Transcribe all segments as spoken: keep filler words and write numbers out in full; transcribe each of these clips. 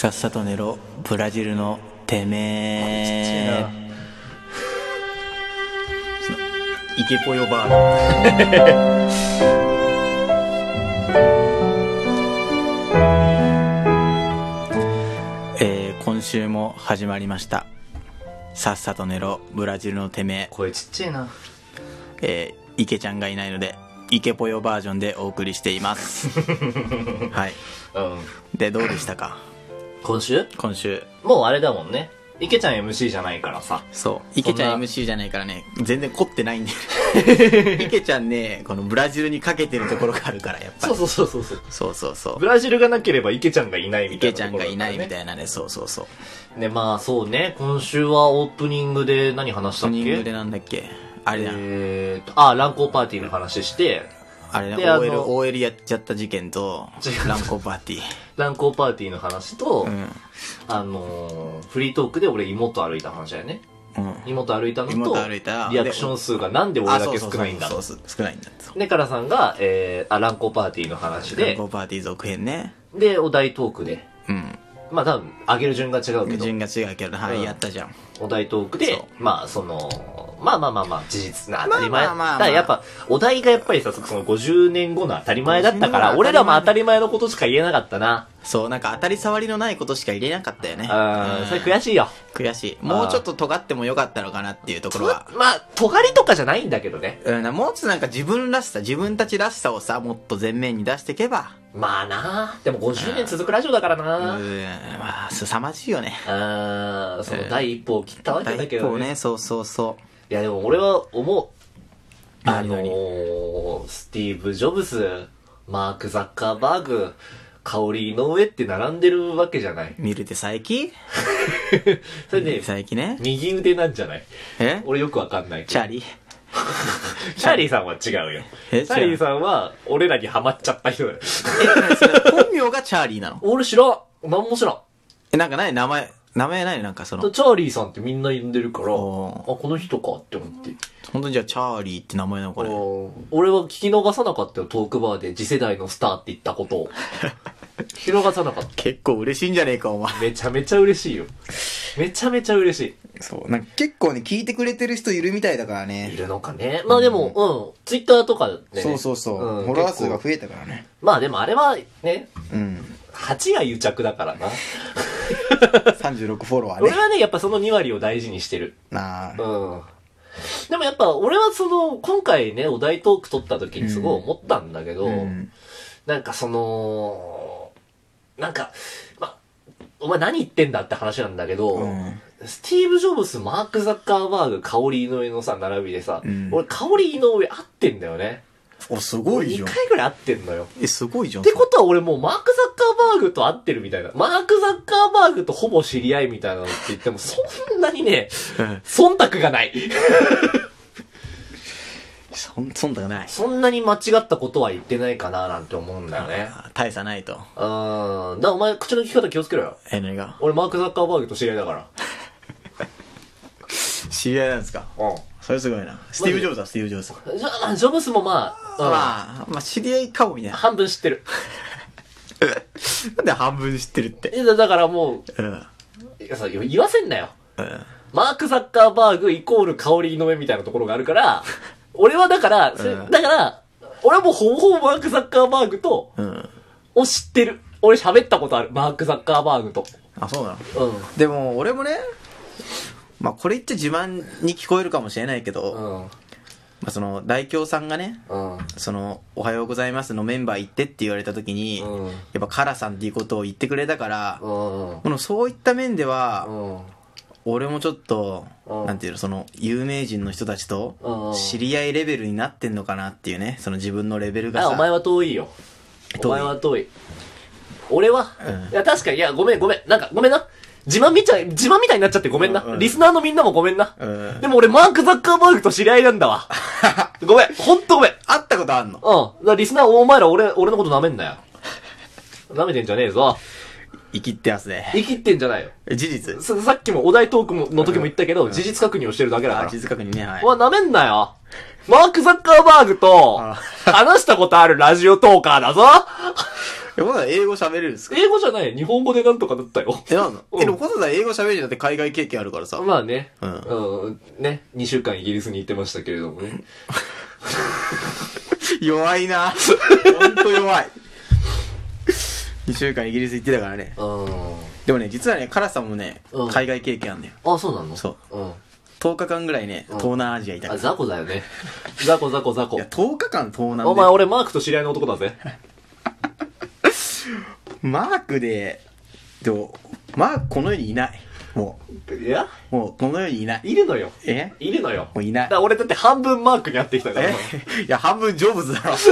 さっさと寝ろブラジルのてめえ。イケポヨバードえー、今週も始まりましたさっさと寝ろブラジルのてめえ。 声ちっちゃいな。 えー、イケちゃんがいないのでイケポヨバージョンでお送りしていますはい、 うん、 でどうでしたか今週？ 今週もうあれだもんね、池ちゃん エムシー じゃないからさ。 そう池ちゃん エムシー じゃないからね、全然凝ってないんで池ちゃんね、このブラジルにかけてるところがあるから、やっぱりそうそうそうそうそうそうそうブラジルがなければ池ちゃんがいないみたいな池ちゃんがいないみいたいなね。そうそうそうね。まあそうね、今週はオープニングで何話したっけ？ オープニングでなんだっけ、あれだ、 えーとあ乱交パーティーの話して、 あれだ、 であのオーエル, オーエルやっちゃった事件と乱交パーティー乱交パーティーの話と、 うん、 あのー、フリートークで俺妹歩いた話だよね。うん、妹歩いたのと妹歩いたリアクション数がなんで俺だけ少ないんだ。 そうそうそう、少ないんだ。 でカラさんが、えー、あ乱交パーティーの話で、 乱交パーティー続編ね。 でお題トークで、 うん、 まあ多分上げる順が違うけど順が違うけど、はい、うん、やったじゃん。 お題トークで、まあそのまあまあまあまあ事実な当たり前、 まあまあまあまあ、 だからやっぱお題がやっぱりさ、そのごじゅうねんごの当たり前だったから俺らも当たり前のことしか言えなかったな。 そう、なんか当たり障りのないことしか入れなかったよね。 ああ、それ悔しいよ。 悔しい。もうちょっと尖ってもよかったのかなっていうところは。 まあ尖りとかじゃないんだけどね。 うん、もうちょっとなんか自分らしさ、自分たちらしさをさ、もっと前面に出していけば。 まあな、でもごじゅうねん続くラジオだからな。 うん、まあ凄まじいよね。 ああ、その第一歩を切ったわけだけどね。 第一歩ね、そうそうそう。 いやでも俺は思う。あの何々 ー、スティーブ・ジョブス、マーク・ザッカーバーグ、香りの上って並んでるわけじゃない。 見るて佐伯それで、ね、 佐伯ね。 右腕なんじゃない？ え俺よくわかんないけど。 チャーリーチャーリーさんは違うよ。 えチャーリーさんは、俺らにハマっちゃった人だよ。 え、それ本名がチャーリーなの？ 俺知らん。なんも知らん。 え、なんかない名前、名前ないなんかその。 チャーリーさんってみんな呼んでるから、あ、 ここの人かって思って。 本当にじゃあチャーリーって名前なのかね。 俺は聞き逃さなかったよ、トークバーで次世代のスターって言ったことを。聞き逃さなかった。 結構嬉しいんじゃねえか、お前。 めちゃめちゃ嬉しいよ。めちゃめちゃ嬉しい。 そう。なんか結構ね、聞いてくれてる人いるみたいだからね。 いるのかね。まあでも、うん。ツイッターとかで、ね。 そうそうそう。うん、フォロワー数が増えたからね。 まあでもあれはね。 うん。 はちが癒着だからな。 さんじゅうろくフォロワーね。 俺はね、やっぱそのに割を大事にしてる。 なあ。 うん。でもやっぱ俺はその、今回ね、お題トーク撮った時にすごい思ったんだけど、うん、なんかその、なんか、ま、お前何言ってんだって話なんだけど、うん、スティーブ・ジョブス、マーク・ザッカーバーグ、カオリ・井上のさ、並びでさ、うん、俺、カオリ・井上合ってんだよね。 お、すごいじゃん。 にかいぐらい合ってんのよ。 え、すごいじゃん。 ってことは俺もうマーク・ザッカーバーグと合ってるみたいな。マーク・ザッカーバーグとほぼ知り合いみたいなのって言っても、そんなにね、忖度がない。 そん、忖度ない。 そんなに間違ったことは言ってないかななんて思うんだよね。 大差ないと。 うん。だからお前、口の利き方気をつけろよ。 え、何が？ 俺マーク・ザッカーバーグと知り合いだから。 知り合いなんですか？ うん。 それすごいな。スティーブ・ジョブズはスティーブ・ジョブズ。 じゃあ、ジョブズもまあ、 うん、まあ、まあ、知り合いかもみたいな。 半分知ってる。 なんで半分知ってるって。 だからもう、うん。いやさ、言わせんなよ。うん。マーク・ザッカーバーグイコール香りの目みたいなところがあるから、俺はだから、うん、だから、俺はもうほぼほぼマーク・ザッカーバーグと、うん。を知ってる。俺喋ったことある。マーク・ザッカーバーグと。 あ、そうなの？うん。でも、俺もね、まあこれ言って自慢に聞こえるかもしれないけど、うん、まあその大京さんがね、うん、そのおはようございますのメンバー行ってって言われた時に、うん、やっぱカラさんっていうことを言ってくれたから、うん、このそういった面では、うん、俺もちょっと、うん、なんていうの、その有名人の人たちと知り合いレベルになってんのかなっていうね、その自分のレベルがさ。 あ、お前は遠いよ。お前は遠い。俺は、うん、いや確かに、いやごめんごめん、なんかごめんな。自慢みちゃい、自慢みたいになっちゃってごめんな。うんうん、リスナーのみんなもごめんな。うん、でも俺マーク・ザッカーバーグと知り合いなんだわ。ごめん、ほんとごめん。 会ったことあんの？ うん。だからリスナー、お前ら俺、俺のこと舐めんなよ。舐めてんじゃねえぞ。 生きってやつで。 生きってんじゃないよ。 事実。 さ、さっきもお題トークもの時も言ったけど、うん、事実確認をしてるだけだから。 事実確認ね、はい。 お前舐めんなよ。マーク・ザッカーバーグと、話したことあるラジオトーカーだぞ。 え、ほら、英語喋れるんですか？ 英語じゃないよ。日本語でなんとかなったよ。 え、なんだ、うん、え、でも、細田英語喋るんだって海外経験あるからさ。 まあね。 うん。 うん。ね。にしゅうかんイギリスに行ってましたけれどもね。 弱いな。ほんと弱い。にしゅうかんイギリス行ってたからね。うん。でもね、実はね、カラさんもね、うん、海外経験あんだよ。 あ、そうなの？ そう。うん。とおかかんぐらいね、東南アジアいたから。 あ、雑魚だよね。雑魚雑魚雑魚。いや、 とおかかん東南で。 お前俺マークと知り合いの男だぜ。 マークで、でも、マークこの世にいない。もう。いやもう、この世にいない。 いるのよ。 えいるのよ。 もういない。だから俺だって半分マークに会ってきたから。 えいや、半分ジョブズだろ。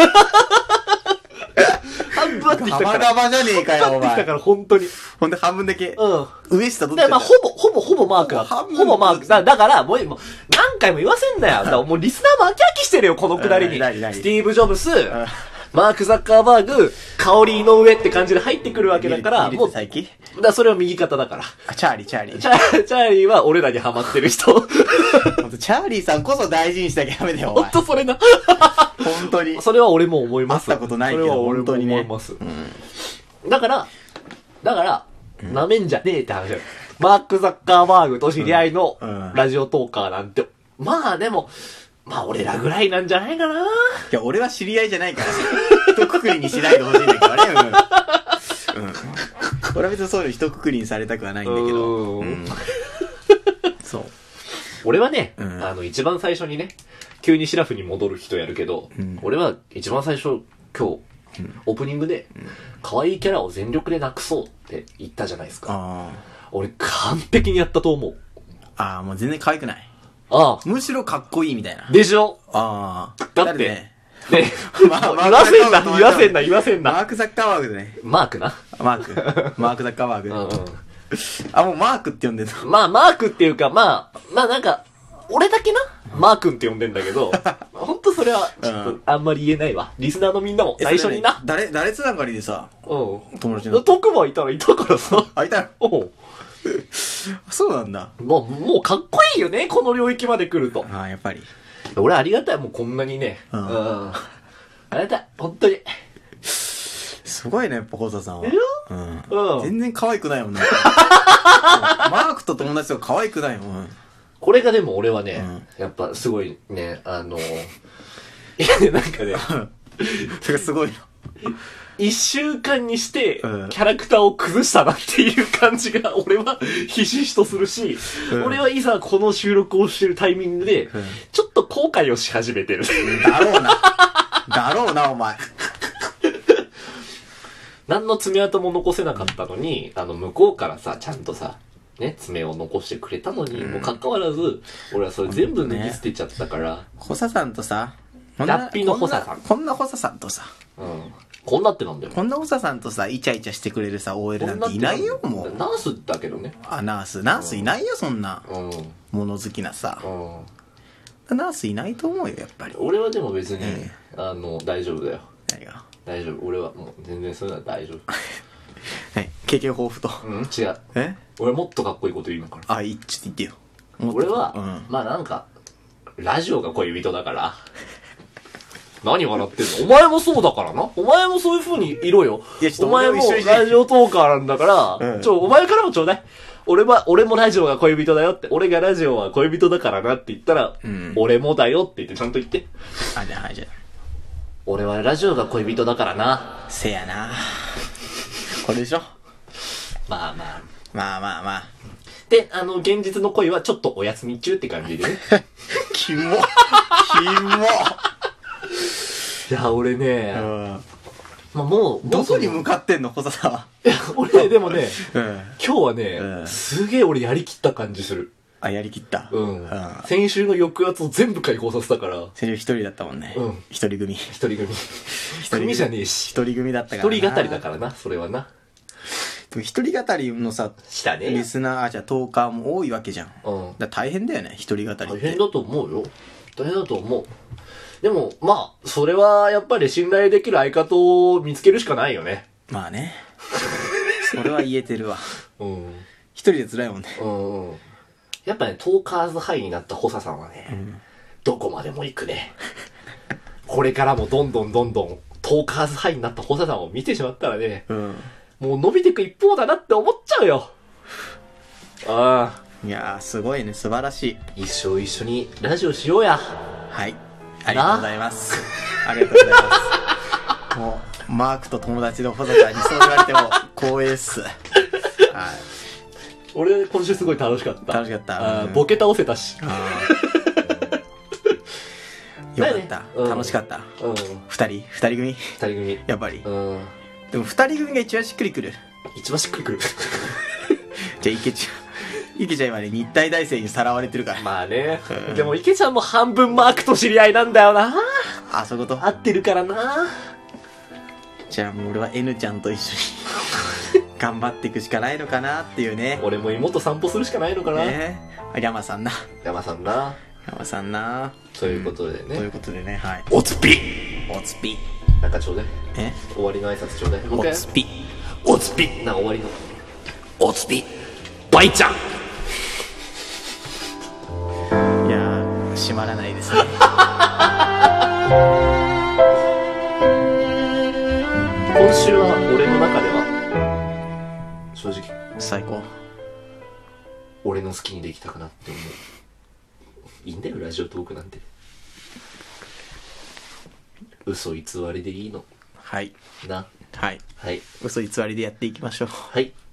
半分会ってきたから。 たまたまじゃねえかよ、お前。 会ってきたから、本当に。 ほんで半分だけ。 うん。 上下取ってた。 まあ、ほぼ、ほぼ、ほぼマークだ。ほぼマーク。だだから、もう、もう何回も言わせんなよ。だからもうリスナーも飽き飽きしてるよ、このくだりに。スティーブ・ジョブス、マーク・ザッカーバーグ、カオリーの上って感じで入ってくるわけだから、もう、 最近だからそれは右肩だから。 あ、チャーリー、チャーリー。 チャー、チャーリーは俺らにハマってる人。ほんと、チャーリーさんこそ大事にしなきゃダメだよ、お前。 ほんとそれな。 本当に。 それは俺も思います。 会ったことないけど、 それは俺も思います。うん、だから、だから、なめんじゃねえって話だよ。マーク・ザッカーバーグと知り合いのラジオトーカーなんて、まあでも、まあ俺らぐらいなんじゃないかな。いや、俺は知り合いじゃないから、一括りにしないでほしいんだけどね。うん。うん。俺は別にそういうの一括りにされたくはないんだけど。うん。そう。 俺はね、うん、あの、一番最初にね、急にシラフに戻る人やるけど、うん、俺は一番最初、今日、うん、オープニングで、うん、可愛いキャラを全力でなくそうって言ったじゃないですか。あ俺、完璧にやったと思う。 ああ、もう全然可愛くない。 ああ。 むしろかっこいいみたいな。 でしょ？ ああ。 だって、ね、ね、まあ、言わせんな、言わせんな、言わせんな。 マーク・ザッカーバーグでね。 マークな。 マーク。マーク・ザッカーバーグ。うんうん。あ、もうマークって呼んでんの？ まあ、マークっていうか、まあ、まあなんか、俺だけな、マー君って呼んでんだけど、ほんとそれは、ちょっと、あんまり言えないわ。リスナーのみんなも、最初にな。 誰、誰つながりでさ、 うん。 友達の。 特番いたらいたからさ。 あ、いたおう。 そうなんだ。 もう、もうかっこいいよね、この領域まで来ると。 ああ、やっぱり。 俺ありがたい、もうこんなにね。うん。うん、ありがたい、ほんとに。 すごいね、やっぱ、コウサさんは。 えうん。 うん。 全然可愛くないもんね。マークと友達とか可愛くないもん。 これがでも俺はね、うん、やっぱすごいね、あの、いや、なんかね、 それがすごいの。 一週間にして、キャラクターを崩したなっていう感じが、俺はひしひしとするし、うん、俺はいざこの収録をしてるタイミングで、うん、ちょっと後悔をし始めてる。 だろうな。だろうな、お前。 何の爪痕も残せなかったのに、あの、向こうからさ、ちゃんとさ、ね、爪を残してくれたのに、うん、もかかわらず、俺はそれ全部脱ぎ捨てちゃったから。 ホサさんとさ、 ラッピーのホサさん。 こんなホサさんとさ、 うん。こんなってなんだよ。 こんなホサさんとさ、イチャイチャしてくれるさ、オーエル なんていないよ、もう。 ナースだけどね。 あ、ナース。ナースいないよ、そんな。うん。物好きなさ。うん。ナースいないと思うよ、やっぱり。 俺はでも別に、えー、あの、大丈夫だよ。 何が？ 大丈夫。俺はもう全然そういうのは大丈夫。 はい。経験豊富と。 うん、違う。 え？ 俺もっとかっこいいこと言うのから。 あ、いい、ちょっと言ってよ。 俺は、うん、まあなんか、ラジオが恋人だから、何笑ってんの？お前もそうだからな。お前もそういう風にいろよ。いや、ちょっとお前もラジオトーカーなんだから、うん、ちょ、お前からもちょうだい。俺は、俺もラジオが恋人だよって、俺がラジオは恋人だからなって言ったら、うん、俺もだよって言ってちゃんと言って。 あ、じゃあ、はい、じゃあ。 俺はラジオが恋人だからな。 せやな。これでしょ？ まあまあ。 まあまあまあ。 で、あの、現実の恋はちょっとお休み中って感じでね。 キモ。キモ。 いや、俺ね、うん、まあもう、 どこに向かってんの、小笹は。 いや、俺、でもね、 うん、 今日はね、うん、すげえ俺やりきった感じする。 あ、やりきった。 うん。うん、先週の抑圧を全部解放させたから。 先週一人だったもんね。うん。一人組。 一人組。一人組じゃねえし。 一人組だったからな。 一人語りだからな、それはな。 でも一人語りのさ、 したね。 リスナー、あ、じゃあトーカーも多いわけじゃん。うん。だ大変だよね、一人語りって。 大変だと思うよ。大変だと思う。でも、まあ、それはやっぱり信頼できる相方を見つけるしかないよね。 まあね。それは言えてるわ。うん。一人で辛いもんね。 うんうん。やっぱね、トーカーズハイになったホサさんはね、うん、どこまでも行くね。これからもどんどんどんどんトーカーズハイになったホサさんを見てしまったらね、 うん、 もう伸びていく一方だなって思っちゃうよ。ああ、いやーすごいね、素晴らしい。一生一緒にラジオしようや。 はい、ありがとうございます。ありがとうございます。もうマークと友達でホサさんにそう言われても光栄っす。はい。 俺今週すごい楽しかった。 楽しかった。 あ、うん、ボケ倒せたし。 よかった、うん、楽しかった。うん。二人二人組二人組やっぱり。 うん。 でも二人組が一番しっくりくる。 一番しっくりくる。 じゃあ池ちゃん池ちゃん今ね日体大生にさらわれてるから。 まあね、うん、でも池ちゃんも半分マークと知り合いなんだよな。 あ、そういうこと。 合ってるからな。 じゃあもう俺は N ちゃんと一緒に頑張っていくしかないのかなっていうね。 俺も妹散歩するしかないのかな。 ね、山さんな。 山さんな。 山さんな。 ということでね。 ということでね、はい。 おつぴおつぴなんかちょうだい。 え終わりの挨拶ちょうだい。 おつぴおつぴなんか終わりの。おつぴバイちゃん。 いやー、閉まらないですね。 今週は俺の中では正直最高。 俺の好きにできたかなって思う。いいんだよラジオトークなんて。嘘偽りでいいの。 はいな。 はいはい。 嘘偽りでやっていきましょう。 はい。